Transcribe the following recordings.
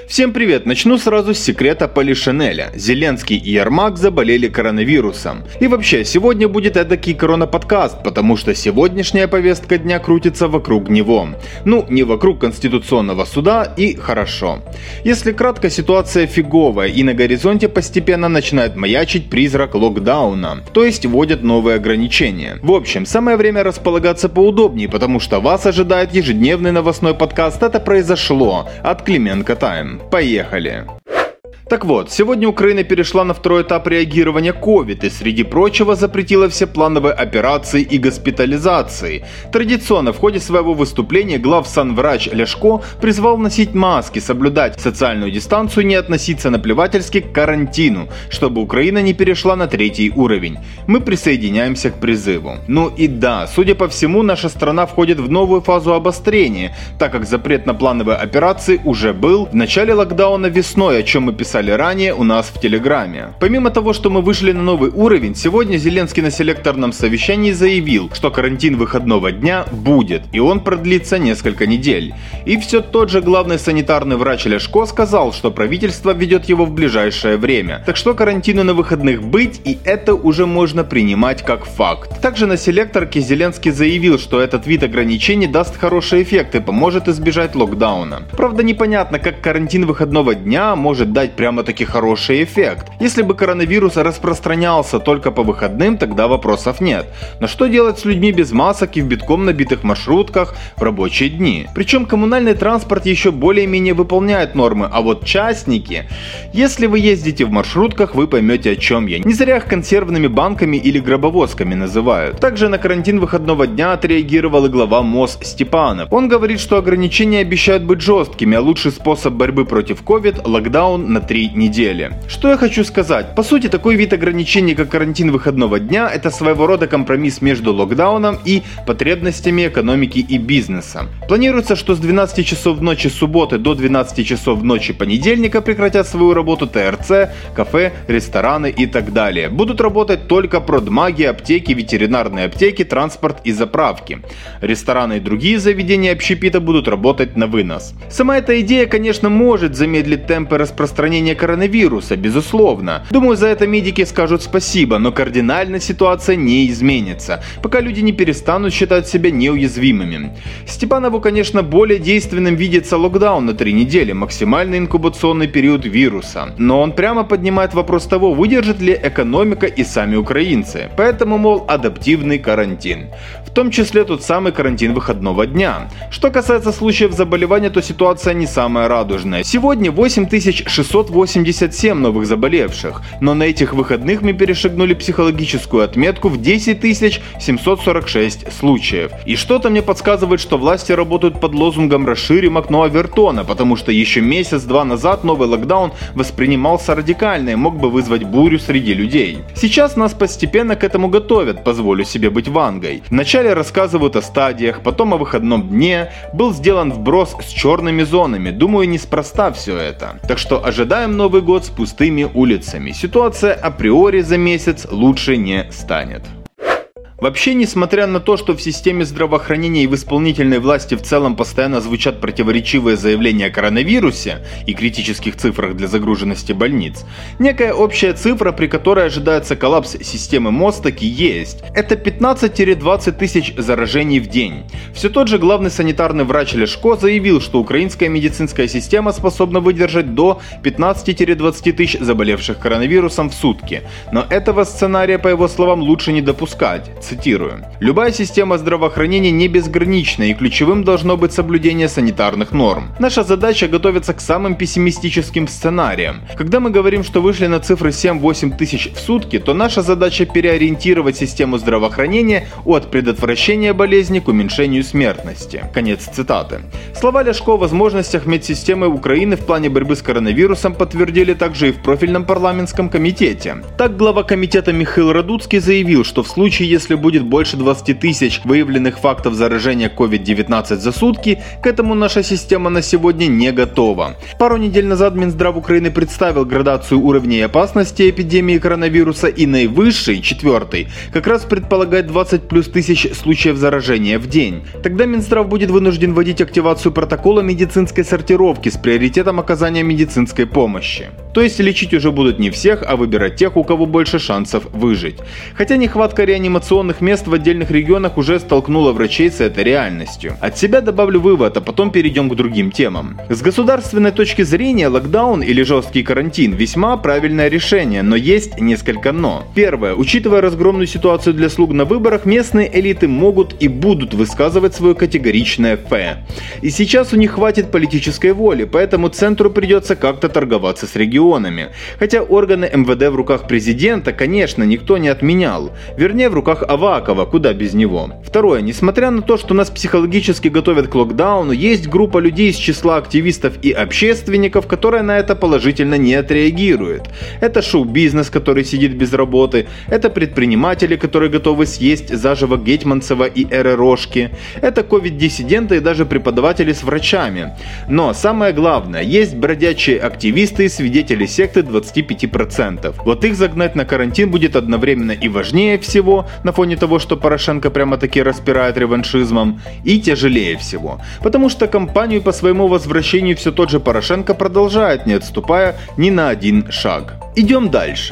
Всем привет! Начну сразу с секрета Полишинеля. Зеленский и Ермак заболели коронавирусом. И вообще, сегодня будет эдакий коронаподкаст, потому что сегодняшняя повестка дня крутится вокруг него. Ну, не вокруг Конституционного суда, и хорошо. Если кратко, ситуация фиговая, и на горизонте постепенно начинает маячить призрак локдауна, то есть вводят новые ограничения. В общем, самое время располагаться поудобнее, потому что вас ожидает ежедневный новостной подкаст «Это произошло» от Клименко Тайм. Поехали! Так вот, сегодня Украина перешла на второй этап реагирования COVID и, среди прочего, запретила все плановые операции и госпитализации. Традиционно в ходе своего выступления главсанврач Ляшко призвал носить маски, соблюдать социальную дистанцию и не относиться наплевательски к карантину, чтобы Украина не перешла на третий уровень. Мы присоединяемся к призыву. Ну и да, судя по всему, наша страна входит в новую фазу обострения, так как запрет на плановые операции уже был в начале локдауна весной, о чем мы писали ранее у нас в Телеграме. Помимо того, что мы вышли на новый уровень, сегодня Зеленский на селекторном совещании заявил, что карантин выходного дня будет, и он продлится несколько недель. И все тот же главный санитарный врач Ляшко сказал, что правительство ведет его в ближайшее время. Так что карантину на выходных быть, и это уже можно принимать как факт. Также на селекторке Зеленский заявил, что этот вид ограничений даст хороший эффект и поможет избежать локдауна. Правда, непонятно, как карантин выходного дня может дать прямо-таки хороший эффект. Если бы коронавирус распространялся только по выходным, тогда вопросов нет. Но что делать с людьми без масок и в битком набитых маршрутках в рабочие дни? Причем коммунальный транспорт еще более-менее выполняет нормы, а вот частники... Если вы ездите в маршрутках, вы поймете, о чем я. Не зря их консервными банками или гробовозками называют. Также на карантин выходного дня отреагировал и глава МОЗ Степанов. Он говорит, что ограничения обещают быть жесткими, а лучший способ борьбы против COVID – локдаун на 3 недели. Что я хочу сказать? По сути, такой вид ограничений, как карантин выходного дня, это своего рода компромисс между локдауном и потребностями экономики и бизнеса. Планируется, что с 12 часов ночи субботы до 12 часов ночи понедельника прекратят свою работу ТРЦ, кафе, рестораны и так далее. Будут работать только продмаги, аптеки, ветеринарные аптеки, транспорт и заправки. Рестораны и другие заведения общепита будут работать на вынос. Сама эта идея, конечно, может замедлить темпы распространения коронавируса, безусловно. Думаю, за это медики скажут спасибо, но кардинально ситуация не изменится, пока люди не перестанут считать себя неуязвимыми. Степанову, конечно, более действенным видится локдаун на 3 недели, максимальный инкубационный период вируса. Но он прямо поднимает вопрос того, выдержит ли экономика и сами украинцы. Поэтому, мол, адаптивный карантин. В том числе тот самый карантин выходного дня. Что касается случаев заболевания, то ситуация не самая радужная. Сегодня 8687 новых заболевших, но на этих выходных мы перешагнули психологическую отметку в 10746 случаев. И что-то мне подсказывает, что власти работают под лозунгом «Расширим окно Авертона», потому что еще месяц-два назад новый локдаун воспринимался радикально и мог бы вызвать бурю среди людей. Сейчас нас постепенно к этому готовят, позволю себе быть вангой. Вначале рассказывают о стадиях, потом о выходном дне, был сделан вброс с черными зонами, думаю, неспроста все это. Так что ожидаем Новый год с пустыми улицами. Ситуация априори за месяц лучше не станет. Вообще, несмотря на то, что в системе здравоохранения и в исполнительной власти в целом постоянно звучат противоречивые заявления о коронавирусе и критических цифрах для загруженности больниц, некая общая цифра, при которой ожидается коллапс системы МОЗ, таки есть. Это 15-20 тысяч заражений в день. Все тот же главный санитарный врач Ляшко заявил, что украинская медицинская система способна выдержать до 15-20 тысяч заболевших коронавирусом в сутки. Но этого сценария, по его словам, лучше не допускать. Цитирую. «Любая система здравоохранения не безгранична, и ключевым должно быть соблюдение санитарных норм. Наша задача готовиться к самым пессимистическим сценариям. Когда мы говорим, что вышли на цифры 7-8 тысяч в сутки, то наша задача переориентировать систему здравоохранения от предотвращения болезни к уменьшению смертности». Конец цитаты. Слова Ляшко о возможностях медсистемы Украины в плане борьбы с коронавирусом подтвердили также и в профильном парламентском комитете. Так глава комитета Михаил Радуцкий заявил, что в случае, если будет больше 20 тысяч выявленных фактов заражения COVID-19 за сутки, к этому наша система на сегодня не готова. Пару недель назад Минздрав Украины представил градацию уровней опасности эпидемии коронавируса, и наивысший, 4-й, как раз предполагает 20 плюс тысяч случаев заражения в день. Тогда Минздрав будет вынужден вводить активацию протокола медицинской сортировки с приоритетом оказания медицинской помощи. То есть лечить уже будут не всех, а выбирать тех, у кого больше шансов выжить. Хотя нехватка реанимационных мест в отдельных регионах уже столкнула врачей с этой реальностью. От себя добавлю вывод, а потом перейдем к другим темам. С государственной точки зрения локдаун или жесткий карантин весьма правильное решение, но есть несколько «но». Первое. Учитывая разгромную ситуацию для слуг на выборах, местные элиты могут и будут высказывать свое категоричное «фэ». И сейчас у них хватит политической воли, поэтому центру придется как-то торговаться с регионами. Хотя органы МВД в руках президента, конечно, никто не отменял. Вернее, в руках Авакова, куда без него. Второе. Несмотря на то, что нас психологически готовят к локдауну, есть группа людей из числа активистов и общественников, которая на это положительно не отреагирует. Это шоу-бизнес, который сидит без работы, это предприниматели, которые готовы съесть заживо Гетманцева и РРОшки, это ковид-диссиденты и даже преподаватели с врачами. Но самое главное, есть бродячие активисты и свидетели секты 25%. Вот их загнать на карантин будет одновременно и важнее всего, на фоне того, что Порошенко прямо-таки распирает реваншизмом, и тяжелее всего. Потому что кампанию по своему возвращению все тот же Порошенко продолжает, не отступая ни на один шаг. Идем дальше.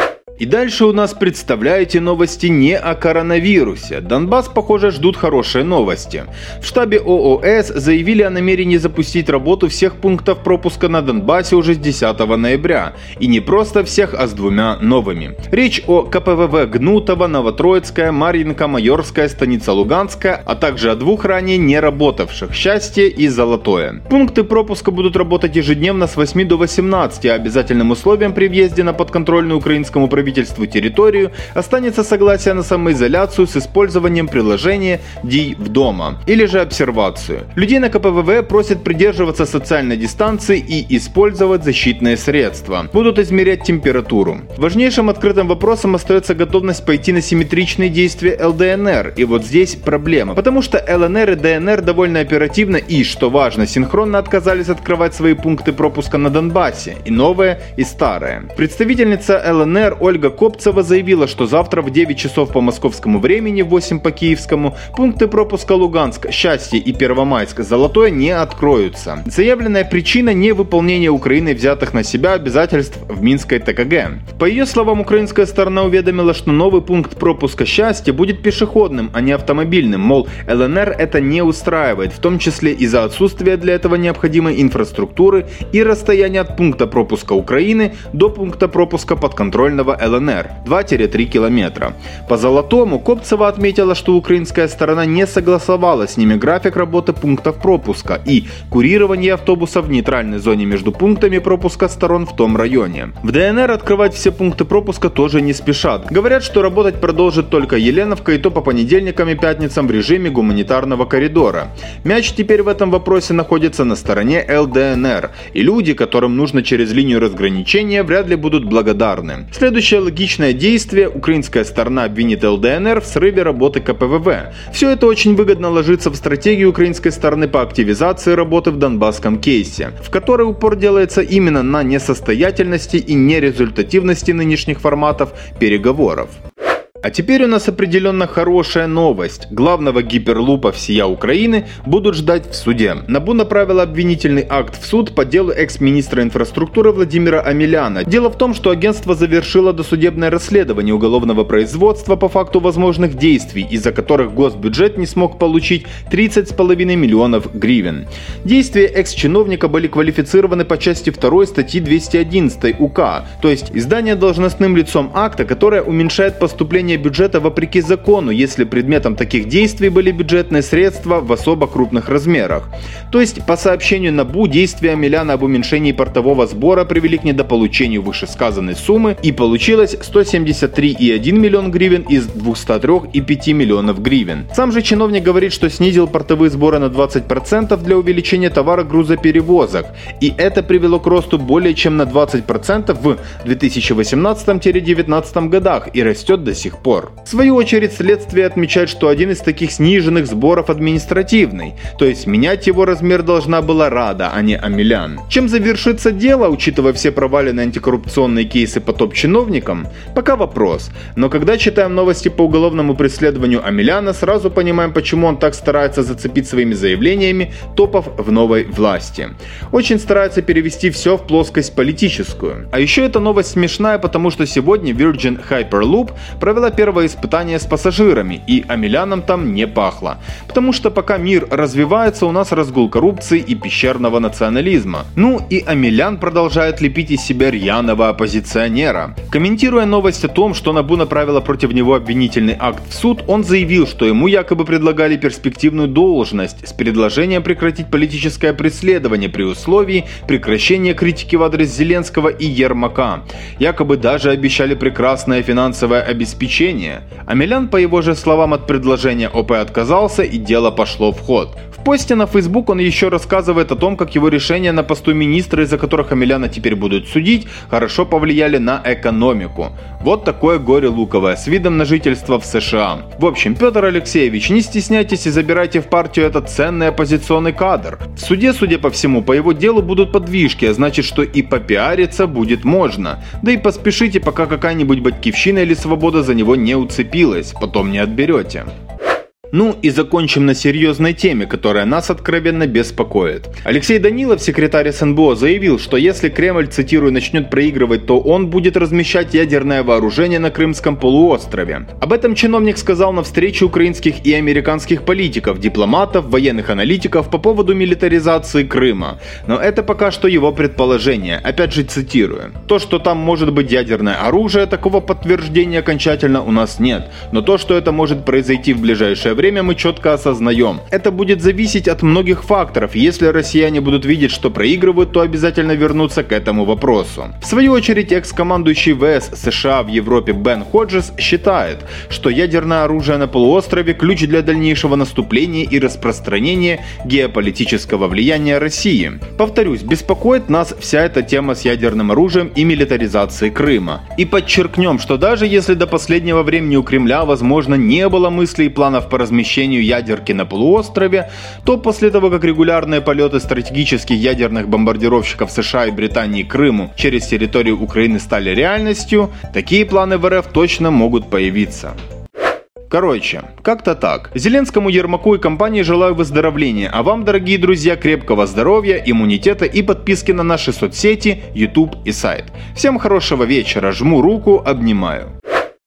И дальше у нас, представляете, новости не о коронавирусе. Донбасс, похоже, ждут хорошие новости. В штабе ООС заявили о намерении запустить работу всех пунктов пропуска на Донбассе уже с 10 ноября. И не просто всех, а с 2 новыми. Речь о КПВВ Гнутово, Новотроицкая, Марьинка, Майорская, Станица Луганская, а также о 2 ранее не работавших – Счастье и Золотое. Пункты пропуска будут работать ежедневно с 8 до 18, а обязательным условием при въезде на подконтрольную украинскому правительству территорию останется согласие на самоизоляцию с использованием приложения «Дий в дома» или же обсервацию. Людей на КПВВ просят придерживаться социальной дистанции и использовать защитные средства. Будут измерять температуру. Важнейшим открытым вопросом остается готовность пойти на симметричные действия ЛДНР. И вот здесь проблема. Потому что ЛНР и ДНР довольно оперативно и, что важно, синхронно отказались открывать свои пункты пропуска на Донбассе. И новое, и старое. Представительница ЛНР Ольга Копцева заявила, что завтра в 9 часов по московскому времени, 8 по киевскому, пункты пропуска Луганск, Счастье и Первомайск, Золотое не откроются. Заявленная причина – невыполнение Украиной взятых на себя обязательств в Минской ТКГ. По ее словам, украинская сторона уведомила, что новый пункт пропуска Счастье будет пешеходным, а не автомобильным, мол, ЛНР это не устраивает, в том числе из-за отсутствия для этого необходимой инфраструктуры и расстояния от пункта пропуска Украины до пункта пропуска подконтрольного ЛНР 2-3 километра. По Золотому Копцева отметила, что украинская сторона не согласовала с ними график работы пунктов пропуска и курирование автобусов в нейтральной зоне между пунктами пропуска сторон в том районе. В ДНР открывать все пункты пропуска тоже не спешат. Говорят, что работать продолжит только Еленовка, и то по понедельникам и пятницам в режиме гуманитарного коридора. Мяч теперь в этом вопросе находится на стороне ЛДНР, и люди, которым нужно через линию разграничения, вряд ли будут благодарны. Следующее логичное действие – украинская сторона обвинит ЛДНР в срыве работы КПВВ. Все это очень выгодно ложится в стратегию украинской стороны по активизации работы в донбасском кейсе, в которой упор делается именно на несостоятельности и нерезультативности нынешних форматов переговоров. А теперь у нас определенно хорошая новость. Главного гиперлупа всея Украины будут ждать в суде. НАБУ направила обвинительный акт в суд по делу экс-министра инфраструктуры Владимира Омеляна. Дело в том, что агентство завершило досудебное расследование уголовного производства по факту возможных действий, из-за которых госбюджет не смог получить 30,5 миллионов гривен. Действия экс-чиновника были квалифицированы по части 2 статьи 211 УК, то есть издание должностным лицом акта, которое уменьшает поступление бюджета вопреки закону, если предметом таких действий были бюджетные средства в особо крупных размерах. То есть, по сообщению НАБУ, действия Омеляна об уменьшении портового сбора привели к недополучению вышесказанной суммы, и получилось 173,1 миллион гривен из 203,5 миллионов гривен. Сам же чиновник говорит, что снизил портовые сборы на 20% для увеличения товарогрузоперевозок, и это привело к росту более чем на 20% в 2018-2019 годах и растет до сих сих пор. В свою очередь, следствие отмечает, что один из таких сниженных сборов административный, то есть менять его размер должна была Рада, а не Омелян. Чем завершится дело, учитывая все проваленные антикоррупционные кейсы по топ-чиновникам, пока вопрос. Но когда читаем новости по уголовному преследованию Омеляна, сразу понимаем, почему он так старается зацепить своими заявлениями топов в новой власти. Очень старается перевести все в плоскость политическую. А еще эта новость смешная, потому что сегодня Virgin Hyperloop провела первое испытание с пассажирами, и Омеляном там не пахло. Потому что пока мир развивается, у нас разгул коррупции и пещерного национализма. Ну и Омелян продолжает лепить из себя рьяного оппозиционера. Комментируя новость о том, что НАБУ направила против него обвинительный акт в суд, он заявил, что ему якобы предлагали перспективную должность с предложением прекратить политическое преследование при условии прекращения критики в адрес Зеленского и Ермака. Якобы даже обещали прекрасное финансовое обеспечение. Омелян, по его же словам, от предложения ОП отказался, и дело пошло в ход. В посте на Facebook он еще рассказывает о том, как его решения на посту министра, из-за которых Омеляна теперь будут судить, хорошо повлияли на экономику. Вот такое горе луковое с видом на жительство в США. В общем, Петр Алексеевич, не стесняйтесь и забирайте в партию этот ценный оппозиционный кадр. В суде, судя по всему, по его делу будут подвижки, а значит, что и попиариться будет можно. Да и поспешите, пока какая-нибудь Батькивщина или Свобода за него не уцепилась, потом не отберете. Ну и закончим на серьезной теме, которая нас откровенно беспокоит. Алексей Данилов, секретарь СНБО, заявил, что если Кремль, цитирую, начнет проигрывать, то он будет размещать ядерное вооружение на Крымском полуострове. Об этом чиновник сказал на встрече украинских и американских политиков, дипломатов, военных аналитиков по поводу милитаризации Крыма. Но это пока что его предположение, опять же цитирую. То, что там может быть ядерное оружие, такого подтверждения окончательно у нас нет. Но то, что это может произойти в ближайшее время, мы четко осознаем. Это будет зависеть от многих факторов. Если россияне будут видеть, что проигрывают, то обязательно вернутся к этому вопросу. В свою очередь, экс-командующий ВС США в Европе Бен Ходжес считает, что ядерное оружие на полуострове – ключ для дальнейшего наступления и распространения геополитического влияния России. Повторюсь, беспокоит нас вся эта тема с ядерным оружием и милитаризацией Крыма. И подчеркнем, что даже если до последнего времени у Кремля, возможно, не было мыслей и планов по размещению ядерки на полуострове, то после того, как регулярные полеты стратегических ядерных бомбардировщиков США и Британии к Крыму через территорию Украины стали реальностью, такие планы в РФ точно могут появиться. Короче, как-то так. Зеленскому, Ермаку и компании желаю выздоровления, а вам, дорогие друзья, крепкого здоровья, иммунитета и подписки на наши соцсети, YouTube и сайт. Всем хорошего вечера, жму руку, обнимаю.